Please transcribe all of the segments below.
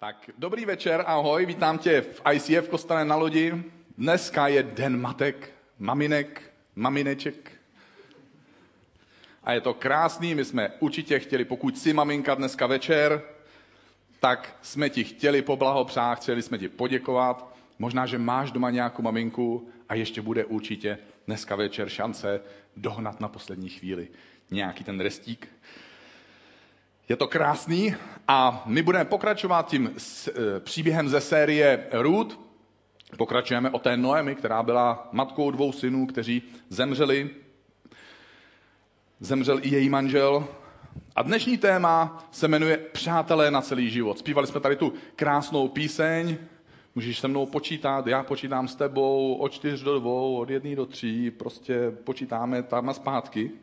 Tak dobrý večer, ahoj, vítám tě v ICF kostele na Lodi. Dneska je den matek, maminek, mamineček. A je to krásný, my jsme určitě chtěli, pokud jsi maminka dneska večer, tak jsme ti chtěli poblahopřát, chtěli jsme ti poděkovat. Možná, že máš doma nějakou maminku a ještě bude určitě dneska večer šance dohnat na poslední chvíli nějaký ten restík. Je to krásný a my budeme pokračovat tím příběhem ze série Ruth. Pokračujeme o té Noemi, která byla matkou 2 synů, kteří zemřeli. Zemřel i její manžel. A dnešní téma se jmenuje Přátelé na celý život. Zpívali jsme tady tu krásnou píseň. Můžeš se mnou počítat, já počítám s tebou od 4 do 2, od 1 do 3, prostě počítáme tam a zpátky.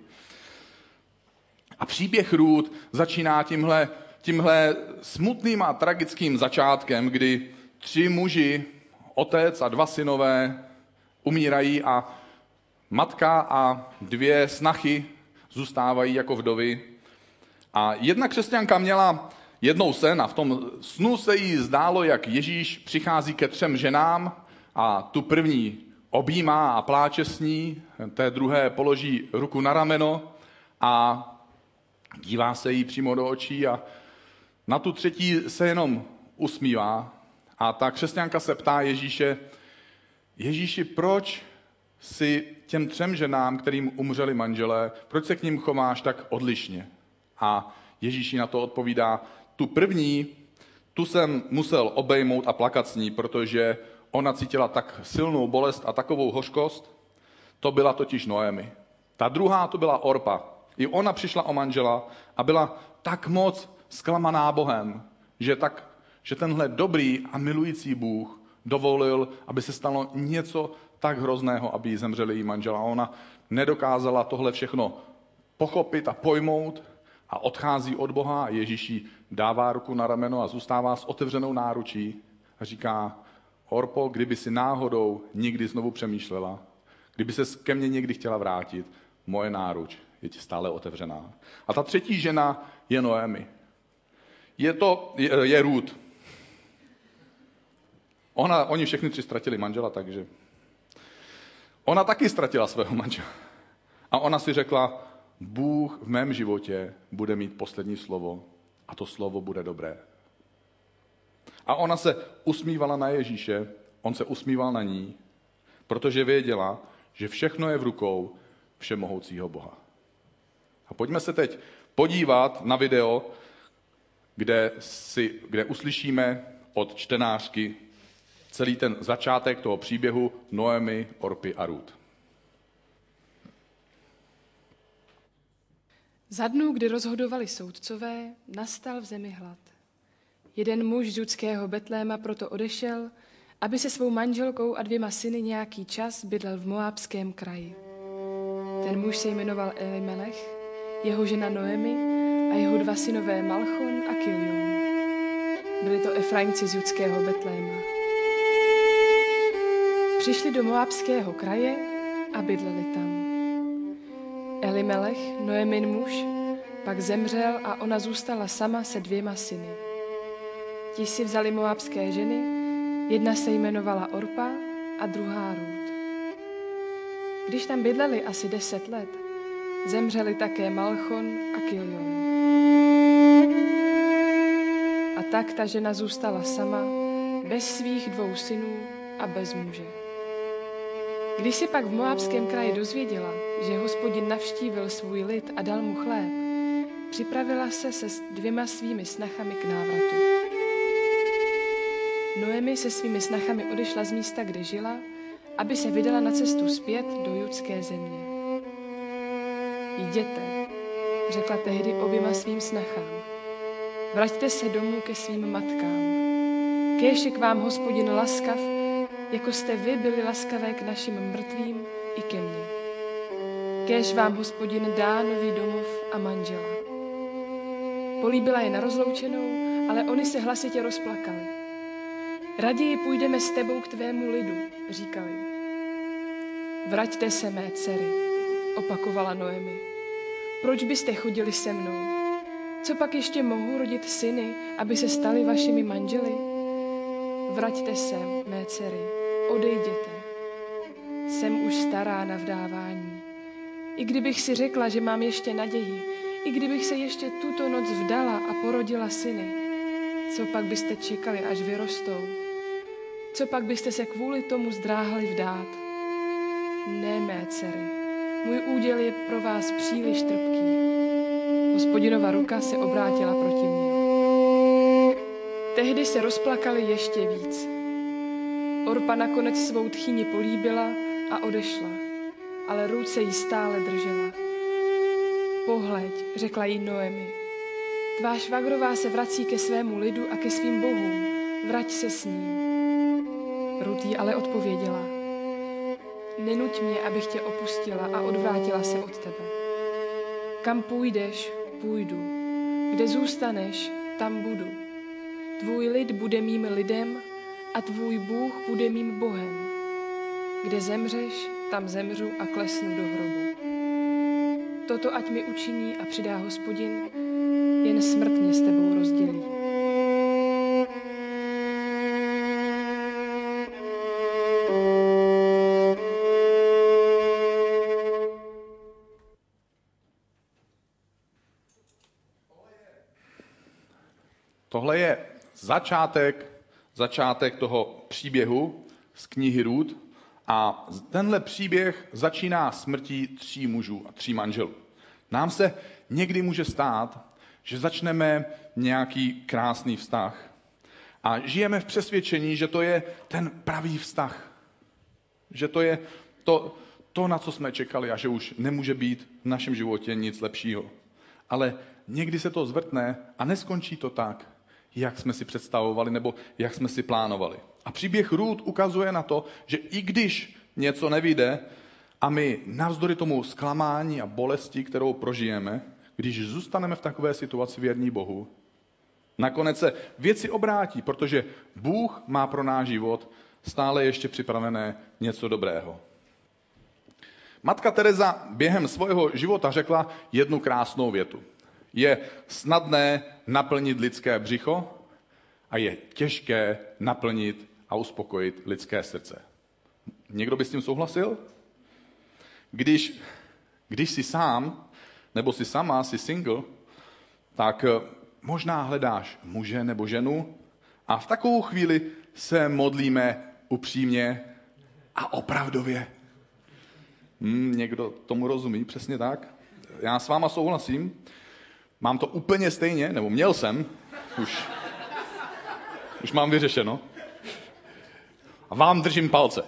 A příběh Ruth začíná tímhle smutným a tragickým začátkem, kdy 3 muži, otec a 2 synové umírají a matka a 2 snachy zůstávají jako vdovy. A jedna křesťanka měla jednou sen a v tom snu se jí zdálo, jak Ježíš přichází ke 3 ženám a tu první objímá a pláče s ní, té druhé položí ruku na rameno a dívá se jí přímo do očí a na tu 3. se jenom usmívá. A ta křesťanka se ptá Ježíši, proč si těm 3 ženám, kterým umřeli manželé, proč se k ním chováš tak odlišně? A Ježíš jí na to odpovídá, tu první, tu jsem musel obejmout a plakat s ní, protože ona cítila tak silnou bolest a takovou hořkost. To byla totiž Noemi. Ta druhá to byla Orpa. I ona přišla o manžela a byla tak moc zklamaná Bohem, že tenhle dobrý a milující Bůh dovolil, aby se stalo něco tak hrozného, aby jí zemřel její manžel. A ona nedokázala tohle všechno pochopit a pojmout a odchází od Boha a Ježíš jí dává ruku na rameno a zůstává s otevřenou náručí a říká, Orpo, kdyby si náhodou nikdy znovu přemýšlela, kdyby se ke mně někdy chtěla vrátit, moje náruč je ti stále otevřená. A ta 3. žena je Noemi. Je Ruth. Oni všechny 3 ztratili manžela, takže ona taky ztratila svého manžela. A ona si řekla, Bůh v mém životě bude mít poslední slovo a to slovo bude dobré. A ona se usmívala na Ježíše, on se usmíval na ní, protože věděla, že všechno je v rukou všemohoucího Boha. A pojďme se teď podívat na video, kde uslyšíme od čtenářky celý ten začátek toho příběhu Noemi, Orpy a Ruth. Za dnů, kdy rozhodovali soudcové, nastal v zemi hlad. Jeden muž z judského Betléma proto odešel, aby se svou manželkou a 2 syny nějaký čas bydlel v Moábském kraji. Ten muž se jmenoval Elimelech, jeho žena Noemi a jeho 2 synové Malchon a Kilion. Byli to Efraimci z judského Betléma. Přišli do Moábského kraje a bydleli tam. Elimelech, Noemin muž, pak zemřel a ona zůstala sama se 2 syny. Ti si vzali moábské ženy, jedna se jmenovala Orpa a druhá Ruth. Když tam bydleli asi 10 let, zemřeli také Malchon a Kilion. A tak ta žena zůstala sama, bez svých 2 synů a bez muže. Když se pak v Moábském kraji dozvěděla, že Hospodin navštívil svůj lid a dal mu chléb, připravila se s 2 svými snachami k návratu. Noemi se svými snachami odešla z místa, kde žila, aby se vydala na cestu zpět do judské země. Jděte, řekla tehdy oběma svým snachám. Vraťte se domů ke svým matkám. Kéž je k vám Hospodin laskav, jako jste vy byli laskavé k našim mrtvým i ke mně. Kéž vám Hospodin dá nový domov a manžela. Políbila je na rozloučenou, ale oni se hlasitě rozplakali. Raději půjdeme s tebou k tvému lidu, říkali. Vraťte se, mé dcery, opakovala Noemi. Proč byste chodili se mnou? Co pak ještě mohu rodit syny, aby se stali vašimi manželi? Vraťte se, mé dcery, odejděte. Jsem už stará na vdávání. I kdybych si řekla, že mám ještě naději, i kdybych se ještě tuto noc vdala a porodila syny, co pak byste čekali, až vyrostou? Co pak byste se kvůli tomu zdráhali vdát? Ne, mé dcery, můj úděl je pro vás příliš trpký. Hospodinova ruka se obrátila proti mně. Tehdy se rozplakali ještě víc. Orpa nakonec svou tchýni políbila a odešla, ale ruce jí stále držela. Pohleď, řekla jí Noemi, tvá švagrová se vrací ke svému lidu a ke svým bohům, vrať se s ním. Rut jí ale odpověděla, nenuť mě, abych tě opustila a odvrátila se od tebe. Kam půjdeš, půjdu. Kde zůstaneš, tam budu. Tvůj lid bude mým lidem a tvůj Bůh bude mým Bohem. Kde zemřeš, tam zemřu a klesnu do hrobu. Toto ať mi učiní a přidá Hospodin, jen smrt mě s tebou rozdělí. Tohle je začátek toho příběhu z knihy Rut a tenhle příběh začíná smrtí 3 mužů a 3 manželů. Nám se někdy může stát, že začneme nějaký krásný vztah a žijeme v přesvědčení, že to je ten pravý vztah. Že to je to, na co jsme čekali a že už nemůže být v našem životě nic lepšího. Ale někdy se to zvrtne a neskončí to tak, jak jsme si představovali nebo jak jsme si plánovali. A příběh Rut ukazuje na to, že i když něco nevyjde a my navzdory tomu zklamání a bolesti, kterou prožijeme, když zůstaneme v takové situaci věrní Bohu, nakonec se věci obrátí, protože Bůh má pro náš život stále ještě připravené něco dobrého. Matka Teresa během svého života řekla jednu krásnou větu. Je snadné naplnit lidské břicho a je těžké naplnit a uspokojit lidské srdce. Někdo by s tím souhlasil? Když jsi sám, nebo jsi sama, jsi single, tak možná hledáš muže nebo ženu a v takovou chvíli se modlíme upřímně a opravdově. Někdo tomu rozumí, přesně tak. Já s váma souhlasím. Mám to úplně stejně, nebo měl jsem, už mám vyřešeno. A vám držím palce.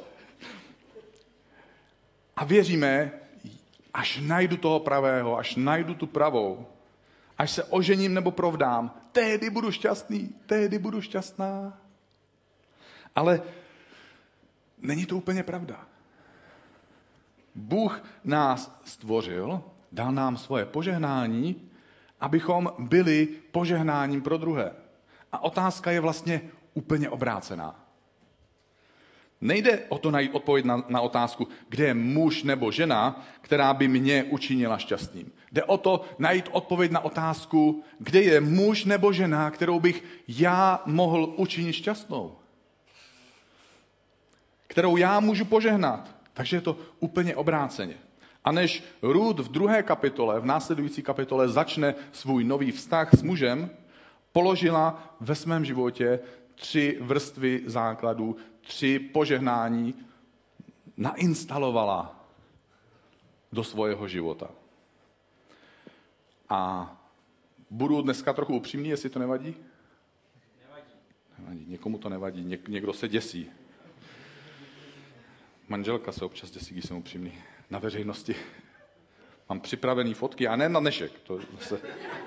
A věříme, až najdu toho pravého, až najdu tu pravou, až se ožením nebo provdám, tehdy budu šťastný, tehdy budu šťastná. Ale není to úplně pravda. Bůh nás stvořil, dal nám svoje požehnání, abychom byli požehnáním pro druhé. A otázka je vlastně úplně obrácená. Nejde o to najít odpověď na otázku, kde je muž nebo žena, která by mě učinila šťastným. Jde o to najít odpověď na otázku, kde je muž nebo žena, kterou bych já mohl učinit šťastnou. Kterou já můžu požehnat. Takže je to úplně obráceně. A než Rut v 2. kapitole, v následující kapitole začne svůj nový vztah s mužem, položila ve svém životě 3 vrstvy základů, 3 požehnání, nainstalovala do svého života. A budu dneska trochu upřímný, jestli to nevadí? Nevadí. Někomu to nevadí, někdo se děsí. Manželka se občas děsí, když jsem upřímný. Na veřejnosti. Mám připravený fotky, a ne na dnešek. To zase...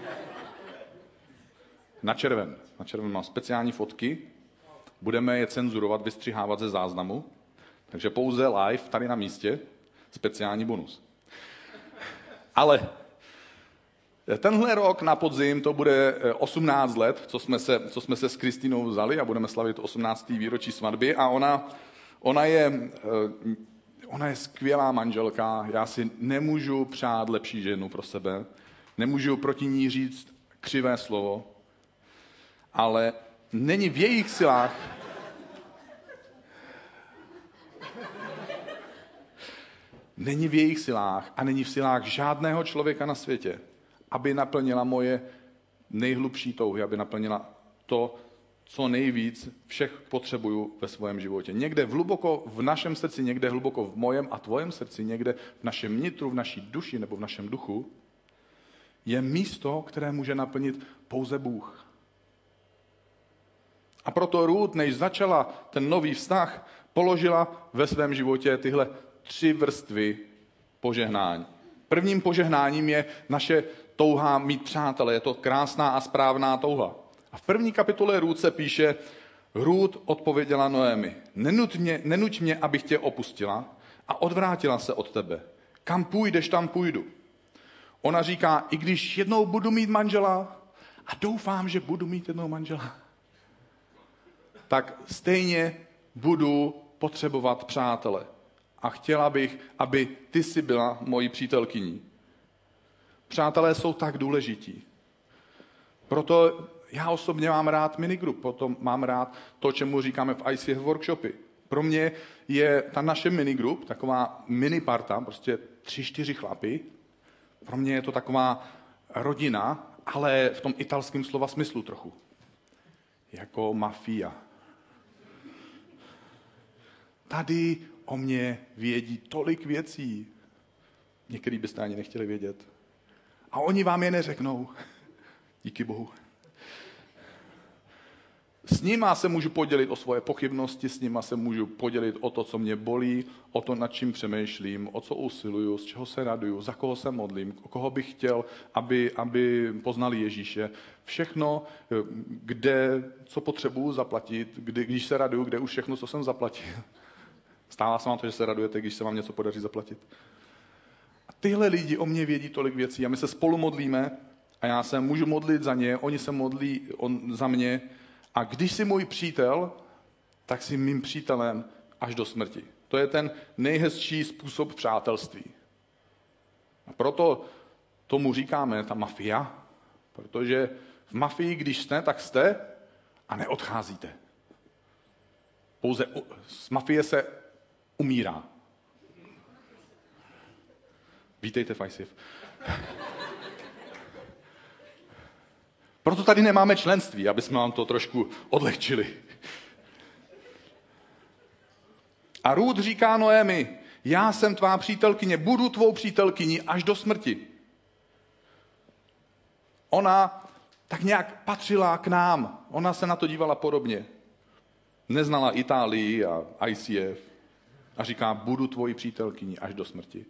Na červen mám speciální fotky. Budeme je cenzurovat, vystřihávat ze záznamu. Takže pouze live, tady na místě, speciální bonus. Ale tenhle rok na podzim to bude 18 let, co jsme se s Kristýnou vzali a budeme slavit 18. výročí svatby a ona je skvělá manželka, já si nemůžu přát lepší ženu pro sebe, nemůžu proti ní říct křivé slovo, ale není v jejich silách a není v silách žádného člověka na světě, aby naplnila moje nejhlubší touhy, aby naplnila to, co nejvíc všech potřebuju ve svém životě. Někde hluboko v našem srdci, někde hluboko v mojem a tvojem srdci, někde v našem nitru, v naší duši nebo v našem duchu je místo, které může naplnit pouze Bůh. A proto Ruth, než začala ten nový vztah, položila ve svém životě tyhle 3 vrstvy požehnání. Prvním požehnáním je naše touha mít přátele. Je to krásná a správná touha. A v první kapitole Ruth se píše, Ruth odpověděla Noemi, nenuť mě, abych tě opustila a odvrátila se od tebe. Kam půjdeš, tam půjdu. Ona říká, i když jednou budu mít manžela, a doufám, že budu mít jednou manžela, tak stejně budu potřebovat přátele. A chtěla bych, aby ty si byla mojí přítelkyní. Přátelé jsou tak důležití. Proto já osobně mám rád minigroup, potom mám rád to, čemu říkáme v ICF workshopy. Pro mě je ta naše minigroup, taková miniparta, prostě 3-4 chlapy. Pro mě je to taková rodina, ale v tom italském slova smyslu trochu. Jako mafia. Tady o mě vědí tolik věcí. Některý byste ani nechtěli vědět. A oni vám je neřeknou. Díky Bohu. S nima se můžu podělit o svoje pochybnosti, s nima se můžu podělit o to, co mě bolí, o to, nad čím přemýšlím, o co usiluju, z čeho se raduju, za koho se modlím, o koho bych chtěl, aby poznali Ježíše. Všechno, co potřebuju zaplatit, když se raduju, kde už všechno, co jsem zaplatil. Stává se vám to, že se radujete, když se vám něco podaří zaplatit. A tyhle lidi o mě vědí tolik věcí a my se spolu modlíme a já se můžu modlit za ně, oni se modlí za mě. A když jsi můj přítel, tak jsi mým přítelem až do smrti. To je ten nejhezčí způsob přátelství. A proto tomu říkáme ta mafia, protože v mafii, když jste, tak jste a neodcházíte. Pouze z mafie se umírá. Vítejte v ICF. Proto tady nemáme členství, aby jsme vám to trošku odlehčili. A Ruth říká Noemi, já jsem tvá přítelkyně, budu tvou přítelkyní až do smrti. Ona tak nějak patřila k nám. Ona se na to dívala podobně. Neznala Itálii a ICF. A říká, budu tvojí přítelkyní až do smrti.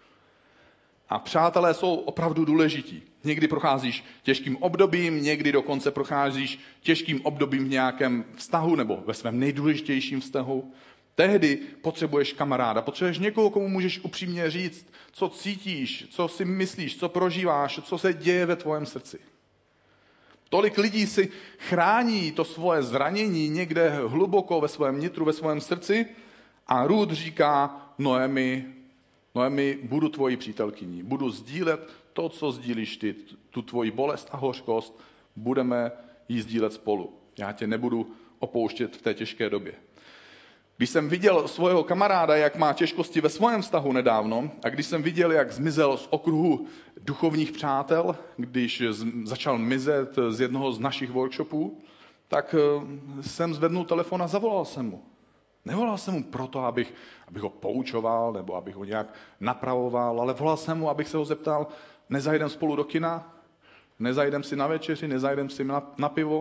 A přátelé jsou opravdu důležití. Někdy procházíš těžkým obdobím, někdy dokonce procházíš těžkým obdobím v nějakém vztahu nebo ve svém nejdůležitějším vztahu. Tehdy potřebuješ kamaráda, potřebuješ někoho, komu můžeš upřímně říct, co cítíš, co si myslíš, co prožíváš, co se děje ve tvém srdci. Tolik lidí si chrání to svoje zranění někde hluboko ve svém nitru, ve svém srdci a Ruth říká Noemi, budu tvojí přítelkyní, budu sdílet to, co sdílíš ty, tu tvoji bolest a hořkost, budeme jí sdílet spolu. Já tě nebudu opouštět v té těžké době. Když jsem viděl svého kamaráda, jak má těžkosti ve svém vztahu nedávno, a když jsem viděl, jak zmizel z okruhu duchovních přátel, když začal mizet z jednoho z našich workshopů, tak jsem zvednul telefon a zavolal jsem mu. Nevolal jsem mu proto, abych ho poučoval nebo abych ho nějak napravoval, ale volal jsem mu, abych se ho zeptal, nezajdem spolu do kina, nezajdem si na večeři, nezajdem si na pivo.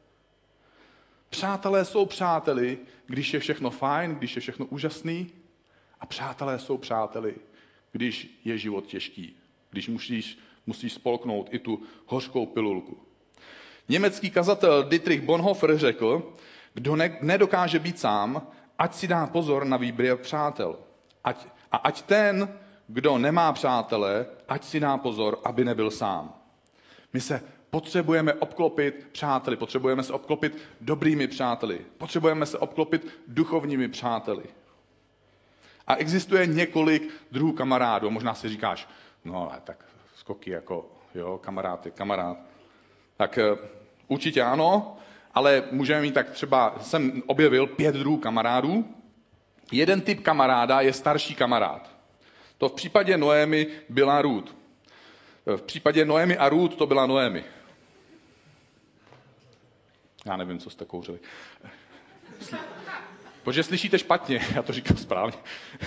Přátelé jsou přáteli, když je všechno fajn, když je všechno úžasný, a přátelé jsou přáteli, když je život těžký, když musíš spolknout i tu hořkou pilulku. Německý kazatel Dietrich Bonhoeffer řekl, kdo nedokáže být sám, ať si dá pozor na výběr přátel. Ať ten, kdo nemá přátele, ať si dá pozor, aby nebyl sám. My se potřebujeme obklopit přáteli, potřebujeme se obklopit dobrými přáteli, potřebujeme se obklopit duchovními přáteli. A existuje několik druhů kamarádů. Možná si říkáš, no tak skoky jako, jo, kamarád je kamarád. Tak určitě ano, ale můžeme mít tak třeba, jsem objevil 5 druhů kamarádů. Jeden typ kamaráda je starší kamarád. To v případě Noémy byla Rút. V případě Noémy a Rút to byla Noémy. Já nevím, co jste kouřili. Protože slyšíte špatně, já to říkám správně.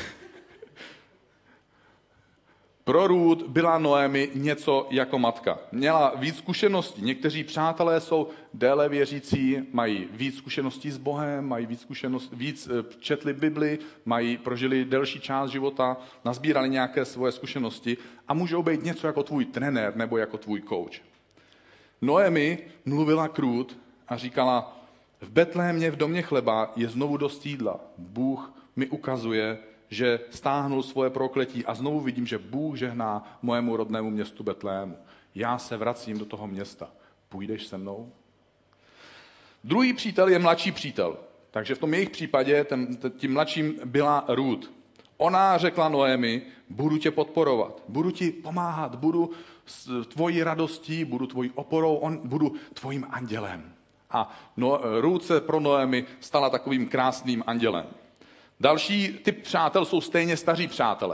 Pro Rút byla Noémy něco jako matka. Měla víc zkušeností. Někteří přátelé jsou déle věřící, mají víc zkušeností s Bohem, mají víc četli Bibli, prožili delší část života, nazbírali nějaké svoje zkušenosti a můžou být něco jako tvůj trenér nebo jako tvůj coach. Noémy mluvila k Rút a říkala, v Betlémě v domě chleba je znovu dost jídla. Bůh mi ukazuje, že stáhnul svoje prokletí a znovu vidím, že Bůh žehná mojemu rodnému městu Betlému. Já se vracím do toho města. Půjdeš se mnou? Druhý přítel je mladší přítel. Takže v tom jejich případě tím mladším byla Rút. Ona řekla Noémy, budu tě podporovat, budu ti pomáhat, budu tvojí radostí, budu tvojí oporou, budu tvojím andělem. A Rút se pro Noémy stala takovým krásným andělem. Další typ přátel jsou stejně staří přátelé.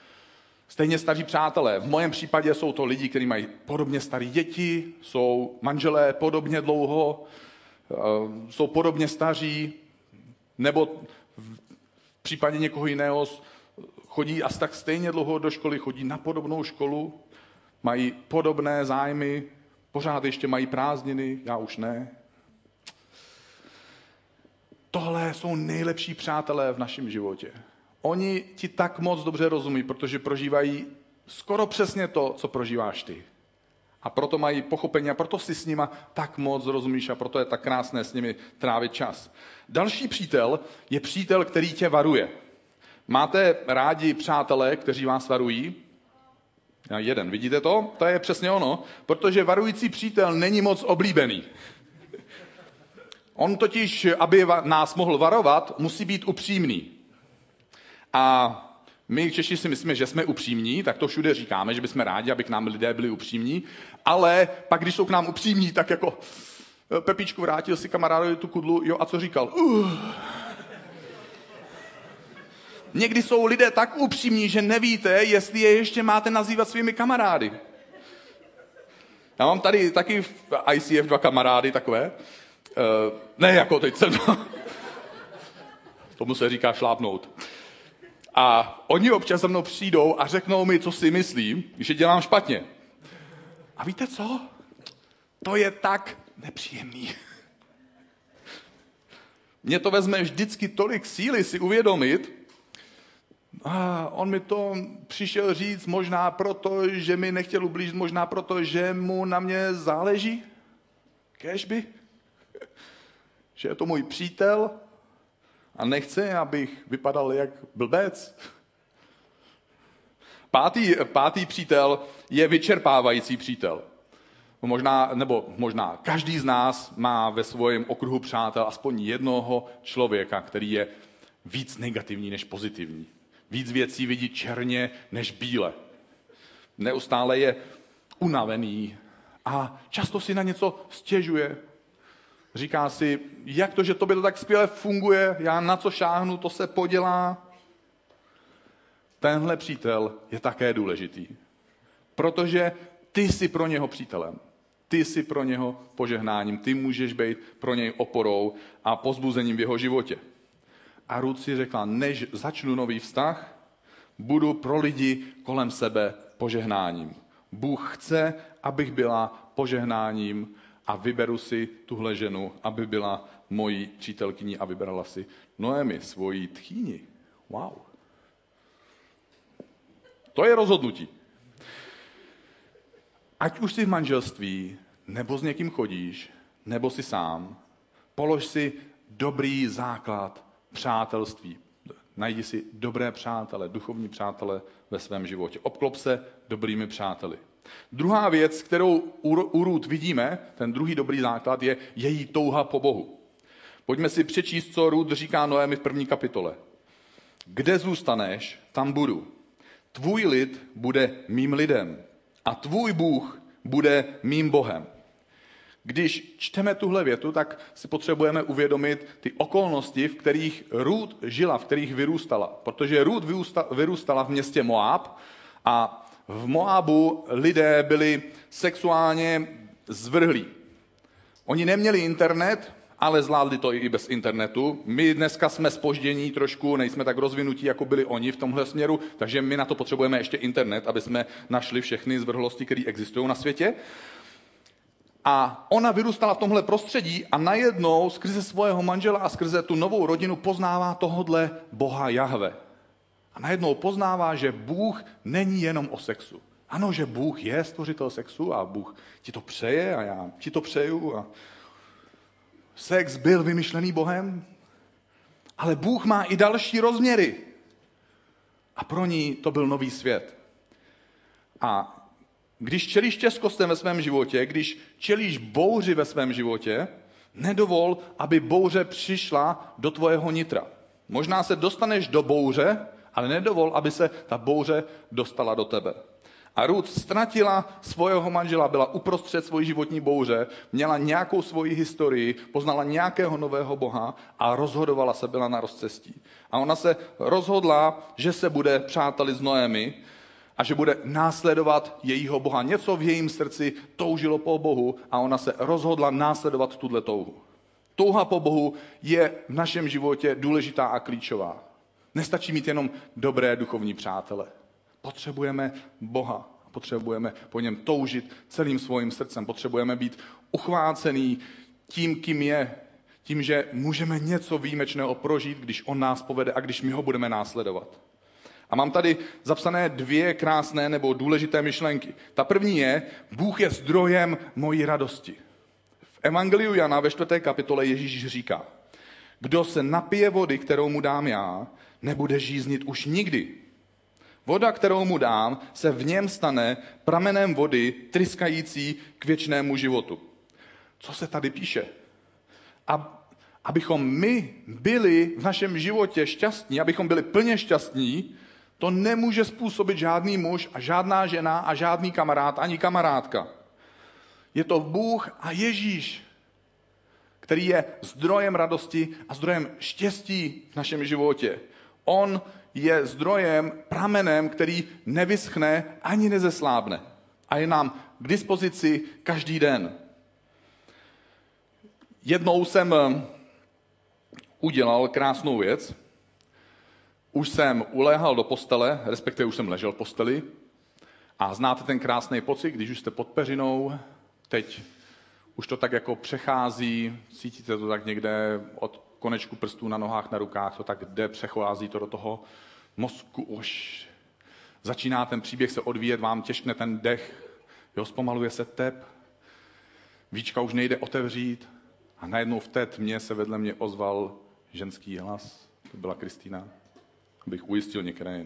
V mém případě jsou to lidi, kteří mají podobně staré děti, jsou manželé podobně dlouho, jsou podobně staří, nebo v případě někoho jiného chodí asi tak stejně dlouho do školy, chodí na podobnou školu, mají podobné zájmy, pořád ještě mají prázdniny, já už ne. Tohle jsou nejlepší přátelé v našem životě. Oni ti tak moc dobře rozumí, protože prožívají skoro přesně to, co prožíváš ty. A proto mají pochopení a proto si s nima tak moc rozumíš a proto je tak krásné s nimi trávit čas. Další přítel je přítel, který tě varuje. Máte rádi přátelé, kteří vás varují? Jeden, vidíte to? To je přesně ono, protože varující přítel není moc oblíbený. On totiž, aby nás mohl varovat, musí být upřímný. A my Češi si myslíme, že jsme upřímní, tak to všude říkáme, že bychom rádi, aby k nám lidé byli upřímní, ale pak, když jsou k nám upřímní, tak jako Pepíčku, vrátil si kamarádovi tu kudlu, jo, a co říkal? Někdy jsou lidé tak upřímní, že nevíte, jestli je ještě máte nazývat svými kamarády. Já mám tady taky v ICF 2 kamarády takové. Ne, jako teď jsem... Tomu se říká šlápnout. A oni občas za mnou přijdou a řeknou mi, co si myslí, že dělám špatně. A víte co? To je tak nepříjemný. Mně to vezme vždycky tolik síly si uvědomit, a on mi to přišel říct možná proto, že mi nechtěl ublížit, možná proto, že mu na mě záleží. Kéžby. Že je to můj přítel a nechce, abych vypadal jak blbec. Pátý přítel je vyčerpávající přítel. Možná každý z nás má ve svém okruhu přátel aspoň jednoho člověka, který je víc negativní než pozitivní. Víc věcí vidí černě než bíle. Neustále je unavený a často si na něco stěžuje. Říká si, jak to, že tobě to tak skvěle funguje, já na co šáhnu, to se podělá. Tenhle přítel je také důležitý, protože ty jsi pro něho přítelem. Ty jsi pro něho požehnáním, ty můžeš být pro něj oporou a povzbuzením v jeho životě. A Rút si řekla, než začnu nový vztah, budu pro lidi kolem sebe požehnáním. Bůh chce, abych byla požehnáním a vyberu si tuhle ženu, aby byla mojí přítelkyní a vybrala si Noémi, svoji tchýni. Wow. To je rozhodnutí. Ať už jsi v manželství, nebo s někým chodíš, nebo jsi sám, polož si dobrý základ přátelství. Najdi si dobré přátele, duchovní přátele ve svém životě. Obklop se dobrými přáteli. Druhá věc, kterou u Rút vidíme, ten druhý dobrý základ, je její touha po Bohu. Pojďme si přečíst, co Rút říká Noémi v 1. kapitole. Kde zůstaneš, tam budu. Tvůj lid bude mým lidem a tvůj Bůh bude mým Bohem. Když čteme tuhle větu, tak si potřebujeme uvědomit ty okolnosti, v kterých Rút žila, v kterých vyrůstala. Protože Rút vyrůstala v městě Moab a v Moabu lidé byli sexuálně zvrhlí. Oni neměli internet, ale zvládli to i bez internetu. My dneska jsme zpoždění trošku, nejsme tak rozvinutí, jako byli oni v tomhle směru, takže my na to potřebujeme ještě internet, aby jsme našli všechny zvrhlosti, které existují na světě. A ona vyrůstala v tomhle prostředí a najednou skrze svého manžela a skrze tu novou rodinu poznává tohodle Boha Jahve. A najednou poznává, že Bůh není jenom o sexu. Ano, že Bůh je stvořitel sexu a Bůh ti to přeje a já ti to přeju. A sex byl vymyšlený Bohem, ale Bůh má i další rozměry. A pro ní to byl nový svět. A když čelíš těžkostem ve svém životě, když čelíš bouři ve svém životě, nedovol, aby bouře přišla do tvojeho nitra. Možná se dostaneš do bouře, ale nedovol, aby se ta bouře dostala do tebe. A Rút ztratila svého manžela, byla uprostřed svojí životní bouře, měla nějakou svoji historii, poznala nějakého nového Boha a rozhodovala se, byla na rozcestí. A ona se rozhodla, že se bude přáteli s Noemi a že bude následovat jejího Boha. Něco v jejím srdci toužilo po Bohu a ona se rozhodla následovat tuhle touhu. Touha po Bohu je v našem životě důležitá a klíčová. Nestačí mít jenom dobré duchovní přátele. Potřebujeme Boha, potřebujeme po něm toužit celým svým srdcem, potřebujeme být uchvácený tím, kým je, tím, že můžeme něco výjimečného prožít, když on nás povede a když my ho budeme následovat. A mám tady zapsané 2 krásné nebo důležité myšlenky. Ta první je, Bůh je zdrojem mojí radosti. V Evangeliu Jana ve 4. kapitole Ježíš říká, kdo se napije vody, kterou mu dám já, nebude žíznit už nikdy. Voda, kterou mu dám, se v něm stane pramenem vody, tryskající k věčnému životu. Co se tady píše? Abychom my byli v našem životě šťastní, abychom byli plně šťastní, to nemůže způsobit žádný muž a žádná žena a žádný kamarád ani kamarádka. Je to Bůh a Ježíš, který je zdrojem radosti a zdrojem štěstí v našem životě. On je zdrojem, pramenem, který nevyschne ani nezeslábne. A je nám k dispozici každý den. Jednou jsem udělal krásnou věc. Už jsem uléhal do postele, respektive už jsem ležel v posteli. A znáte ten krásný pocit, když už jste pod peřinou, teď už to tak jako přechází, cítíte to tak někde od konečku prstů na nohách, na rukách, to tak jde, přechází to do toho mozku, už začíná ten příběh se odvíjet, vám těžkne ten dech, jo, zpomaluje se tep, víčka už nejde otevřít a najednou v té tmě se vedle mě ozval ženský hlas, to byla Kristýna, abych ujistil některé.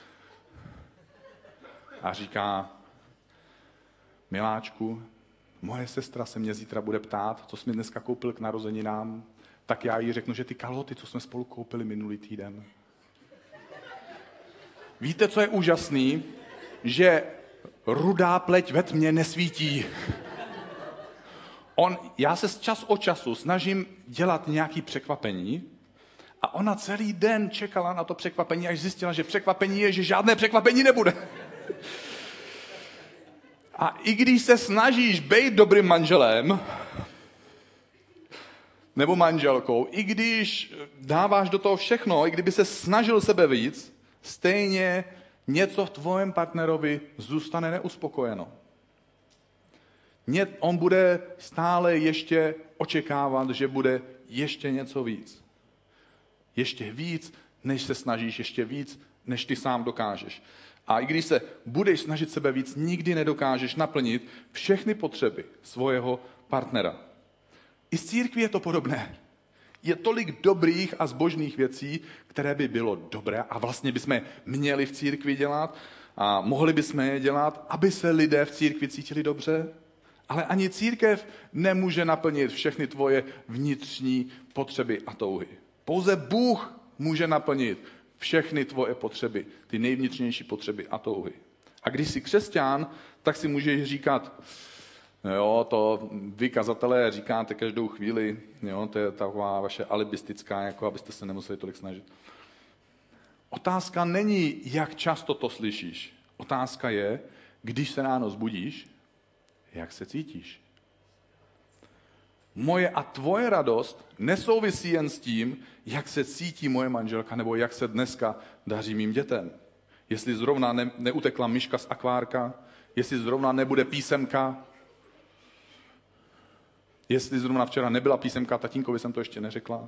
A říká, miláčku, moje sestra se mě zítra bude ptát, co jsi mi dneska koupil k narozeninám, tak já jí řeknu, že ty kalhoty, co jsme spolu koupili minulý týden. Víte, co je úžasný? Že rudá pleť ve tmě nesvítí. Já se čas od času snažím dělat nějaké překvapení a ona celý den čekala na to překvapení, až zjistila, že překvapení je, že žádné překvapení nebude. A i když se snažíš být dobrým manželem nebo manželkou, i když dáváš do toho všechno, i kdyby se snažil sebe víc, stejně něco v tvém partnerovi zůstane neuspokojeno. On bude stále ještě očekávat, že bude ještě něco víc. Ještě víc, než se snažíš, ještě víc, než ty sám dokážeš. A i když se budeš snažit sebe víc, nikdy nedokážeš naplnit všechny potřeby svého partnera. I z církví je to podobné. Je tolik dobrých a zbožných věcí, které by bylo dobré a vlastně bychom měli v církvi dělat a mohli bychom je dělat, aby se lidé v církvi cítili dobře. Ale ani církev nemůže naplnit všechny tvoje vnitřní potřeby a touhy. Pouze Bůh může naplnit všechny tvoje potřeby, ty nejvnitřnější potřeby a touhy. A když jsi křesťan, tak si můžeš říkat, Jo, to vy kazatelé říkáte každou chvíli, jo, to je taková vaše alibistická, jako abyste se nemuseli tolik snažit. Otázka není, jak často to slyšíš. Otázka je, když se ráno zbudíš, jak se cítíš. Moje a tvoje radost nesouvisí jen s tím, jak se cítí moje manželka, nebo jak se dneska daří mým dětem. Jestli zrovna neutekla myška z akvárka, jestli zrovna nebude písemka, jestli zrovna včera nebyla písemka, tatínkovi jsem to ještě neřekla.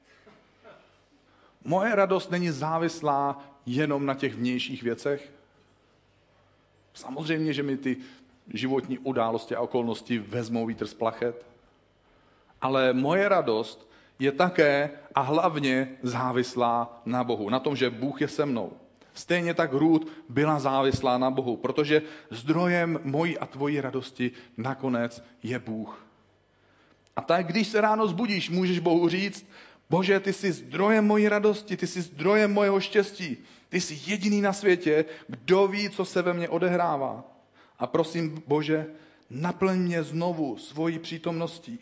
Moje radost není závislá jenom na těch vnějších věcech. Samozřejmě, že mi ty životní události a okolnosti vezmou vítr z plachet, ale moje radost je také a hlavně závislá na Bohu, na tom, že Bůh je se mnou. Stejně tak Rút byla závislá na Bohu, protože zdrojem mojí a tvojí radosti nakonec je Bůh. A tak, když se ráno zbudíš, můžeš Bohu říct, Bože, ty jsi zdrojem mojí radosti, ty jsi zdrojem mojeho štěstí, ty jsi jediný na světě, kdo ví, co se ve mně odehrává. A prosím, Bože, naplň mě znovu svojí přítomností.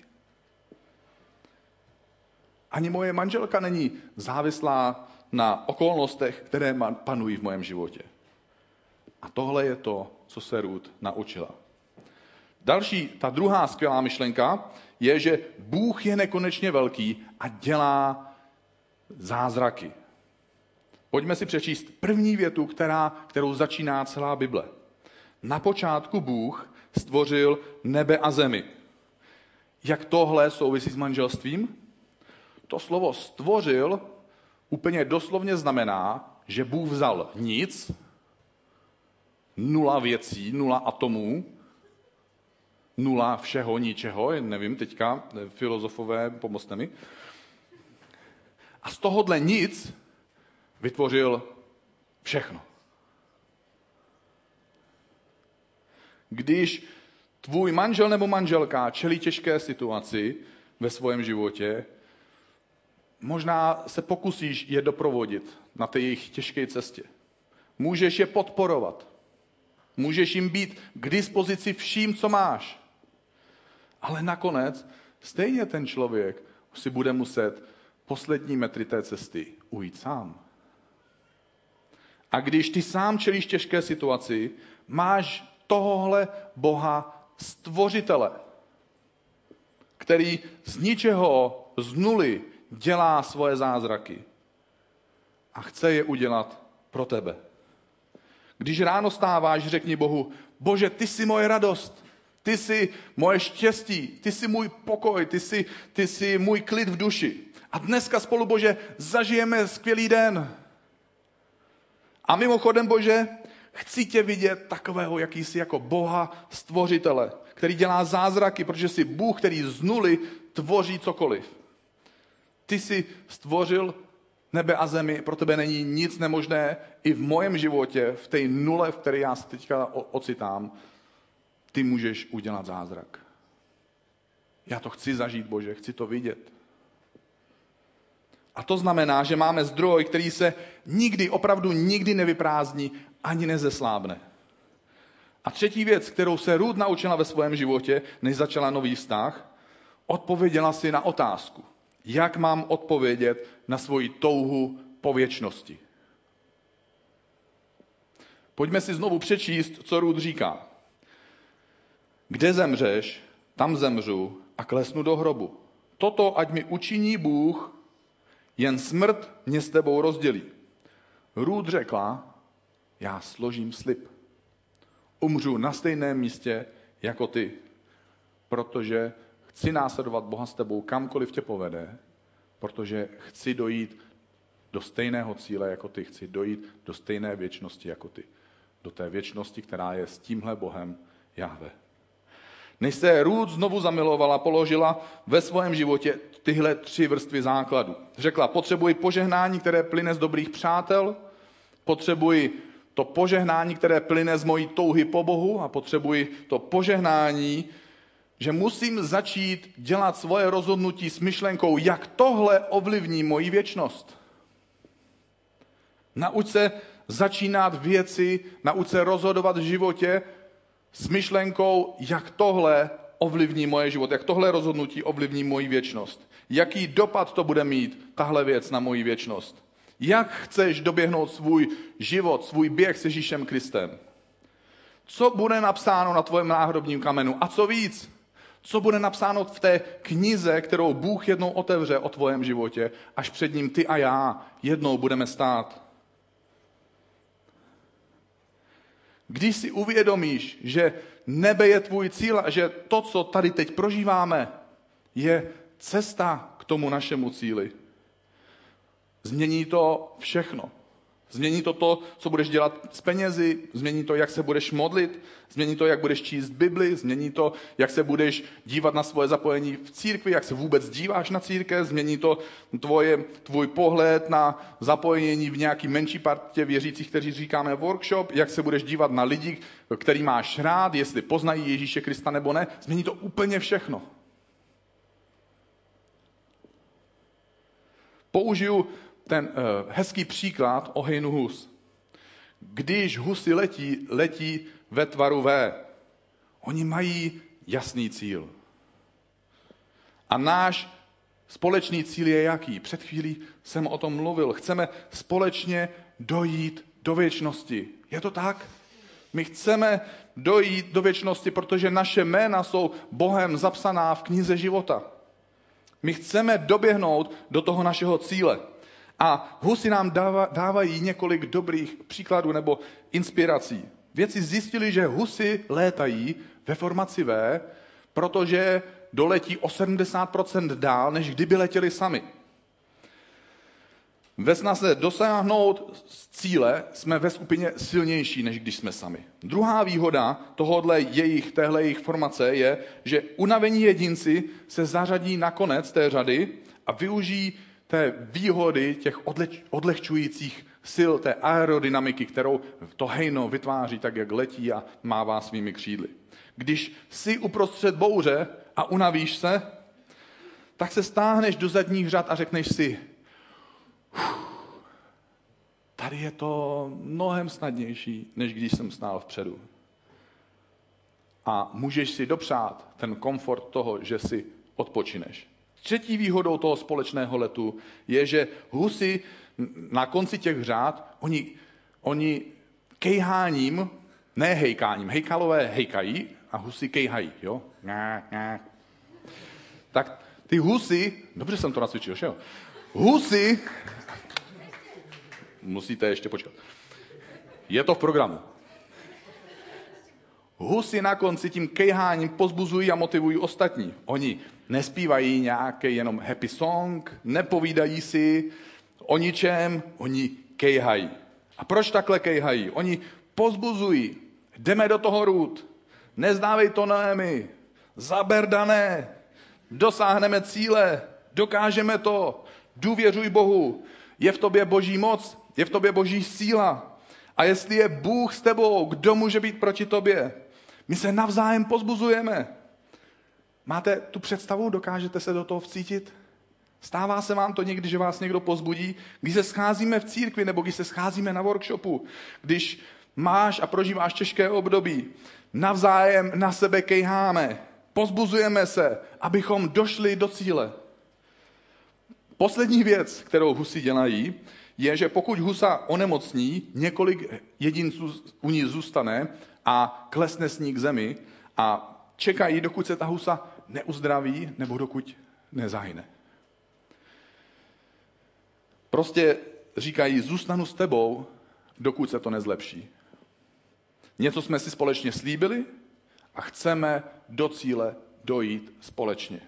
Ani moje manželka není závislá na okolnostech, které panují v mém životě. A tohle je to, co se Rút naučila. Další, ta druhá skvělá myšlenka je, že Bůh je nekonečně velký a dělá zázraky. Pojďme si přečíst první větu, kterou začíná celá Bible. Na počátku Bůh stvořil nebe a zemi. Jak tohle souvisí s manželstvím? To slovo stvořil úplně doslovně znamená, že Bůh vzal nic, 0 věcí, 0 atomů, 0 všeho, ničeho, nevím teďka, filozofové, pomozte mi. A z tohohle nic vytvořil všechno. Když tvůj manžel nebo manželka čelí těžké situaci ve svém životě, možná se pokusíš je doprovodit na té jejich těžké cestě. Můžeš je podporovat. Můžeš jim být k dispozici vším, co máš. Ale nakonec stejně ten člověk si bude muset poslední metry té cesty ujít sám. A když ty sám čelíš těžké situaci, máš tohohle Boha stvořitele, který z ničeho, z nuly dělá svoje zázraky a chce je udělat pro tebe. Když ráno stáváš, řekni Bohu, Bože, ty jsi moje radost, ty jsi moje štěstí, ty jsi můj pokoj, ty jsi můj klid v duši. A dneska spolu, Bože, zažijeme skvělý den. A mimochodem, Bože, chci tě vidět takového, jaký jsi jako Boha stvořitele, který dělá zázraky, protože jsi Bůh, který z nuly tvoří cokoliv. Ty jsi stvořil nebe a zemi, pro tebe není nic nemožné. I v mém životě, v té nule, v které já se teďka ocitám, ty můžeš udělat zázrak. Já to chci zažít, Bože, chci to vidět. A to znamená, že máme zdroj, který se nikdy, opravdu nikdy nevyprázdní, ani nezeslábne. A třetí věc, kterou se Rút naučila ve svém životě, než začala nový vztah, odpověděla si na otázku. Jak mám odpovědět na svoji touhu po věčnosti? Pojďme si znovu přečíst, co Rút říká. Kde zemřeš, tam zemřu a klesnu do hrobu. Toto ať mi učiní Bůh, jen smrt mě s tebou rozdělí. Rút řekla, já složím slib. Umřu na stejném místě jako ty, protože chci následovat Boha s tebou kamkoliv tě povede, protože chci dojít do stejného cíle jako ty, chci dojít do stejné věčnosti jako ty. Do té věčnosti, která je s tímhle Bohem Jahve. Než se Rút znovu zamilovala, položila ve svém životě tyhle 3 vrstvy základů. Řekla, potřebuji požehnání, které plyne z dobrých přátel, potřebuji to požehnání, které plyne z mojí touhy po Bohu a potřebuji to požehnání, že musím začít dělat svoje rozhodnutí s myšlenkou, jak tohle ovlivní moji věčnost. Nauč se začínat věci, nauč se rozhodovat v životě s myšlenkou, jak tohle ovlivní moje život, jak tohle rozhodnutí ovlivní moji věčnost. Jaký dopad to bude mít, tahle věc, na moji věčnost. Jak chceš doběhnout svůj život, svůj běh s Ježíšem Kristem? Co bude napsáno na tvém náhrobním kamenu? A co víc? Co bude napsáno v té knize, kterou Bůh jednou otevře o tvém životě, až před ním ty a já jednou budeme stát? Když si uvědomíš, že nebe je tvůj cíl a že to, co tady teď prožíváme, je cesta k tomu našemu cíli, změní to všechno. Změní to, co budeš dělat s penězi, změní to, jak se budeš modlit, změní to, jak budeš číst Bibli, změní to, jak se budeš dívat na svoje zapojení v církvi, jak se vůbec díváš na církev, změní to tvůj pohled na zapojení v nějaký menší partě věřících, kteří říkáme workshop, jak se budeš dívat na lidi, který máš rád, jestli poznají Ježíše Krista nebo ne, změní to úplně všechno. Použiju ten hezký příklad o hejnu hus. Když husy letí ve tvaru V, oni mají jasný cíl. A náš společný cíl je jaký? Před chvílí jsem o tom mluvil. Chceme společně dojít do věčnosti. Je to tak? My chceme dojít do věčnosti, protože naše jména jsou Bohem zapsaná v knize života. My chceme doběhnout do toho našeho cíle. A husy nám dávají několik dobrých příkladů nebo inspirací. Vědci zjistili, že husy létají ve formaci V, protože doletí o 70% dál, než kdyby letěli sami. Ve snaze dosáhnout cíle jsme ve skupině silnější, než když jsme sami. Druhá výhoda téhle jejich formace je, že unavení jedinci se zařadí na konec té řady a využijí té výhody těch odlehčujících sil, té aerodynamiky, kterou to hejno vytváří tak, jak letí a mává svými křídly. Když jsi uprostřed bouře a unavíš se, tak se stáhneš do zadních řad a řekneš si, tady je to mnohem snadnější, než když jsem stál vpředu. A můžeš si dopřát ten komfort toho, že si odpočineš. Třetí výhodou toho společného letu je, že husy na konci těch řád, oni kejháním, ne hejkáním, hejkalové hejkají a husy kejhají, jo? Tak ty husy, dobře jsem to nacvičil, že jo? Husy, musíte ještě počkat, je to v programu. Husy na konci tím kejháním pozbuzují a motivují ostatní. Oni nespívají nějaký jenom happy song, nepovídají si o ničem, oni kejhají. A proč takhle kejhají? Oni pozbuzují. Jdeme do toho, Ruth. Nezdávej to Noemi. Zaberdané. Dosáhneme cíle. Dokážeme to. Důvěřuj Bohu. Je v tobě Boží moc. Je v tobě Boží síla. A jestli je Bůh s tebou, kdo může být proti tobě? My se navzájem pozbuzujeme. Máte tu představu? Dokážete se do toho vcítit? Stává se vám to někdy, že vás někdo pozbudí? Když se scházíme v církvi nebo když se scházíme na workshopu, když máš a prožíváš těžké období, navzájem na sebe kejháme, pozbuzujeme se, abychom došli do cíle. Poslední věc, kterou husy dělají, je, že pokud husa onemocní, několik jedinců u ní zůstane a klesne s ní k zemi a čekají, dokud se ta husa neuzdraví nebo dokud nezahyne. Prostě říkají, zůstanu s tebou, dokud se to nezlepší. Něco jsme si společně slíbili a chceme do cíle dojít společně.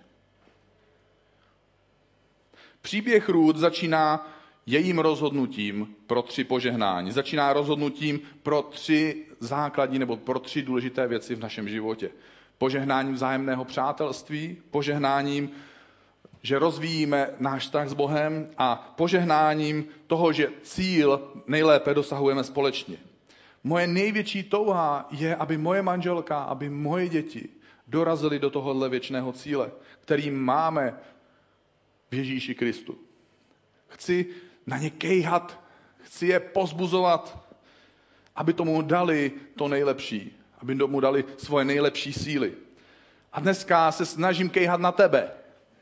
Příběh Ruth začíná jejím rozhodnutím pro 3 požehnání. Začíná rozhodnutím pro 3 základní nebo pro 3 důležité věci v našem životě. Požehnáním vzájemného přátelství, požehnáním, že rozvíjíme náš vztah s Bohem a požehnáním toho, že cíl nejlépe dosahujeme společně. Moje největší touha je, aby moje manželka, aby moje děti dorazily do tohohle věčného cíle, který máme v Ježíši Kristu. Chci na ně kejhat, chci je pozbuzovat, aby tomu dali to nejlepší, aby tomu dali svoje nejlepší síly. A dneska se snažím kejhat na tebe.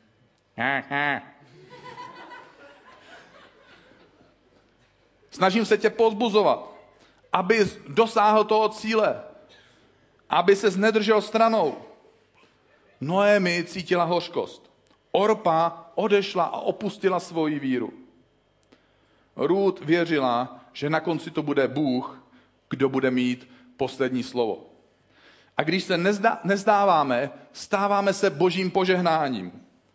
Snažím se tě povzbuzovat, abys dosáhl toho cíle, aby ses nedržel stranou. Noemi cítila hořkost. Orpa odešla a opustila svoji víru. Rút věřila, že na konci to bude Bůh, kdo bude mít poslední slovo. A když se nezdáváme, stáváme se Božím požehnáním.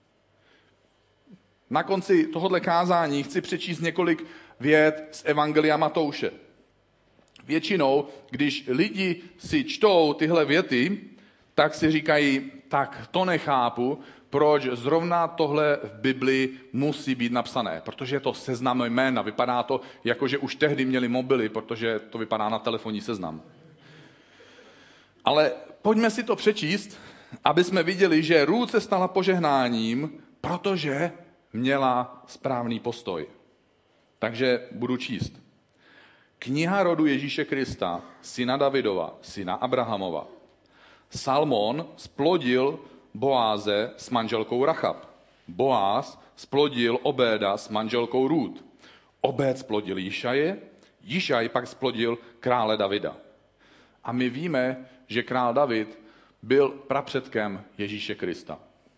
Na konci tohoto kázání chci přečíst několik vět z Evangelia Matouše. Většinou, když lidi si čtou tyhle věty, tak si říkají, tak to nechápu, proč zrovna tohle v Biblii musí být napsané. Protože je to seznam jména. Vypadá to, jako že už tehdy měli mobily, protože to vypadá na telefonní seznam. Ale pojďme si to přečíst, aby jsme viděli, že Rút se stala požehnáním, protože měla správný postoj. Takže budu číst. Kniha rodu Ježíše Krista, syna Davidova, syna Abrahamova. Salmon splodil Boáze s manželkou Rachab. Boáz splodil Obéda s manželkou Rút. Obéd splodil Jišaje, Jišaj pak splodil krále Davida. A my víme, že král David byl prapředkem Ježíše Krista.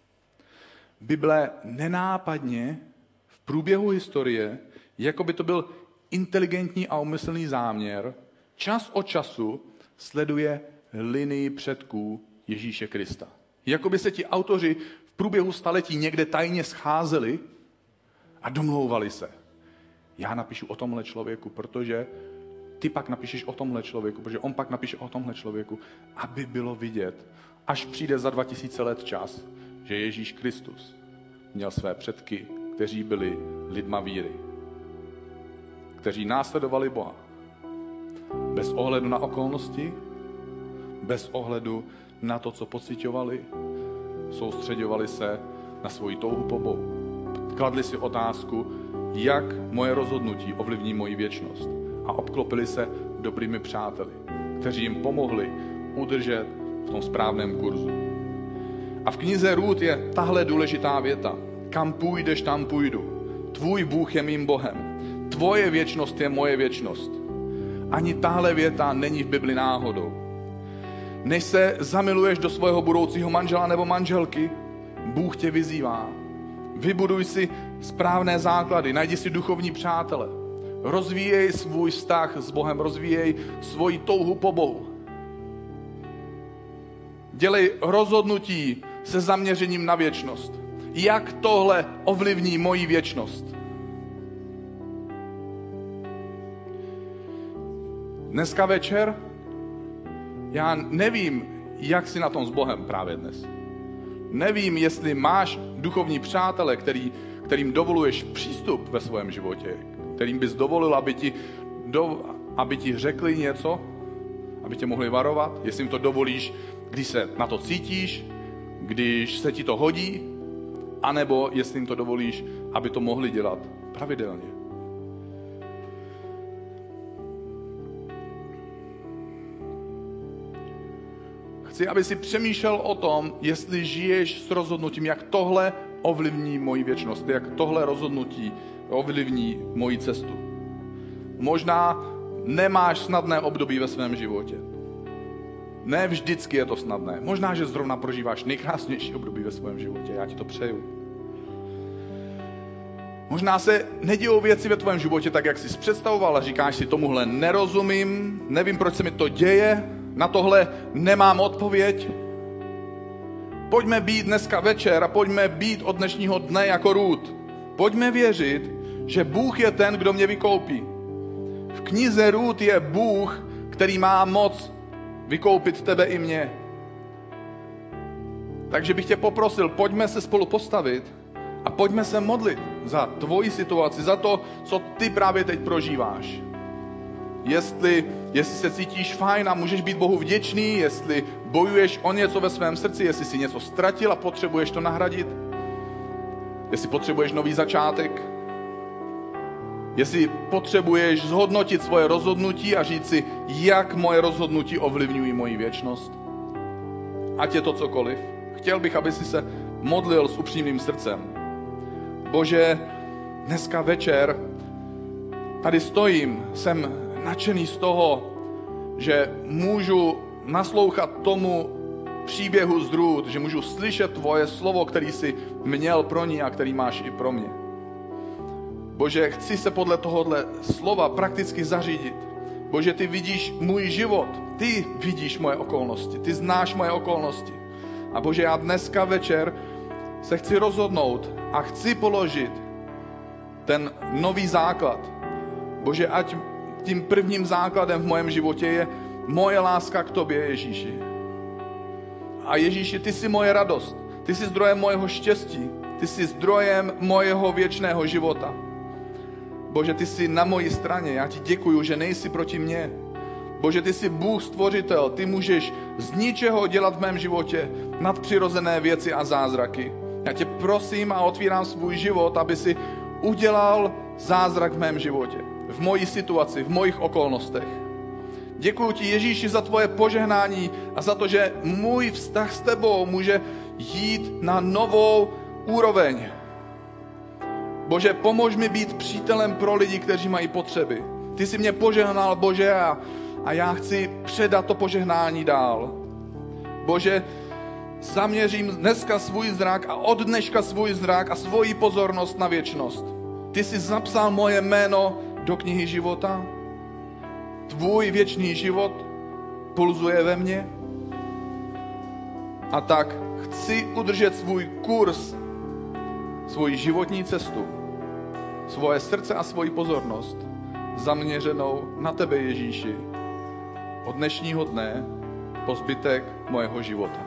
Bible nenápadně v průběhu historie, jako by to byl inteligentní a úmyslný záměr, čas od času sleduje linii předků Ježíše Krista. Jako by se ti autoři v průběhu staletí někde tajně scházeli a domlouvali se. Já napíšu o tomhle člověku, protože ty pak napíšeš o tomhle člověku, protože on pak napíše o tomhle člověku, aby bylo vidět, až přijde za 2000 let čas, že Ježíš Kristus měl své předky, kteří byli lidma víry, kteří následovali Boha. Bez ohledu na okolnosti, bez ohledu na to, co pociťovali, soustředovali se na svoji touhu po Bohu. Kladli si otázku, jak moje rozhodnutí ovlivní moji věčnost. A obklopili se dobrými přáteli, kteří jim pomohli udržet v tom správném kurzu. A v knize Rút je tahle důležitá věta. Kam půjdeš, tam půjdu. Tvůj Bůh je mým Bohem. Tvoje věčnost je moje věčnost. Ani tahle věta není v Bibli náhodou. Než se zamiluješ do svého budoucího manžela nebo manželky, Bůh tě vyzývá. Vybuduj si správné základy, najdi si duchovní přátele. Rozvíjej svůj vztah s Bohem, rozvíjej svoji touhu po Bohu. Dělej rozhodnutí se zaměřením na věčnost. Jak tohle ovlivní moji věčnost? Dneska večer, já nevím, jak jsi na tom s Bohem právě dnes. Nevím, jestli máš duchovní přátele, kterým dovoluješ přístup ve svém životě, kterým bys dovolil, aby ti řekli něco, aby tě mohli varovat, jestli jim to dovolíš, když se na to cítíš, když se ti to hodí, anebo jestli jim to dovolíš, aby to mohli dělat pravidelně. Chci, aby si přemýšlel o tom, jestli žiješ s rozhodnutím, jak tohle ovlivní moji věčnost, jak tohle rozhodnutí ovlivní moji cestu. Možná nemáš snadné období ve svém životě. Ne vždycky je to snadné. Možná, že zrovna prožíváš nejkrásnější období ve svém životě. Já ti to přeju. Možná se nedějou věci ve tvém životě tak, jak jsi představoval a říkáš si, tomuhle nerozumím, nevím, proč se mi to děje, na tohle nemám odpověď. Pojďme být dneska večer a pojďme být od dnešního dne jako Rút. Pojďme věřit, že Bůh je ten, kdo mě vykoupí. V knize Rút je Bůh, který má moc vykoupit tebe i mě. Takže bych tě poprosil, pojďme se spolu postavit a pojďme se modlit za tvoji situaci, za to, co ty právě teď prožíváš. Jestli se cítíš fajn a můžeš být Bohu vděčný, jestli bojuješ o něco ve svém srdci, jestli si něco ztratil a potřebuješ to nahradit, jestli potřebuješ nový začátek, jestli potřebuješ zhodnotit svoje rozhodnutí a říct si, jak moje rozhodnutí ovlivňují moji věčnost. Ať je to cokoliv. Chtěl bych, aby si se modlil s upřímným srdcem. Bože, dneska večer tady stojím, jsem nadšený z toho, že můžu naslouchat tomu příběhu z Rút, že můžu slyšet tvoje slovo, který jsi měl pro ní a který máš i pro mě. Bože, chci se podle tohohle slova prakticky zařídit. Bože, ty vidíš můj život, ty vidíš moje okolnosti, ty znáš moje okolnosti. A Bože, já dneska večer se chci rozhodnout a chci položit ten nový základ. Bože, ať tím prvním základem v mém životě je moje láska k tobě, Ježíši. A Ježíši, ty jsi moje radost, ty jsi zdrojem mojeho štěstí, ty jsi zdrojem mojeho věčného života. Bože, ty jsi na mojí straně, já ti děkuju, že nejsi proti mně. Bože, ty jsi Bůh stvořitel, ty můžeš z ničeho dělat v mém životě nadpřirozené věci a zázraky. Já tě prosím a otvírám svůj život, aby si udělal zázrak v mém životě, v mojí situaci, v mojich okolnostech. Děkuju ti, Ježíši, za tvoje požehnání a za to, že můj vztah s tebou může jít na novou úroveň. Bože, pomož mi být přítelem pro lidi, kteří mají potřeby. Ty jsi mě požehnal, Bože, a já chci předat to požehnání dál. Bože, zaměřím dneska svůj zrak a od dneška svůj zrak a svoji pozornost na věčnost. Ty jsi zapsal moje jméno do knihy života. Tvůj věčný život pulzuje ve mně. A tak chci udržet svůj kurz, svoji životní cestu, svoje srdce a svoji pozornost zaměřenou na tebe, Ježíši, od dnešního dne po zbytek mojeho života.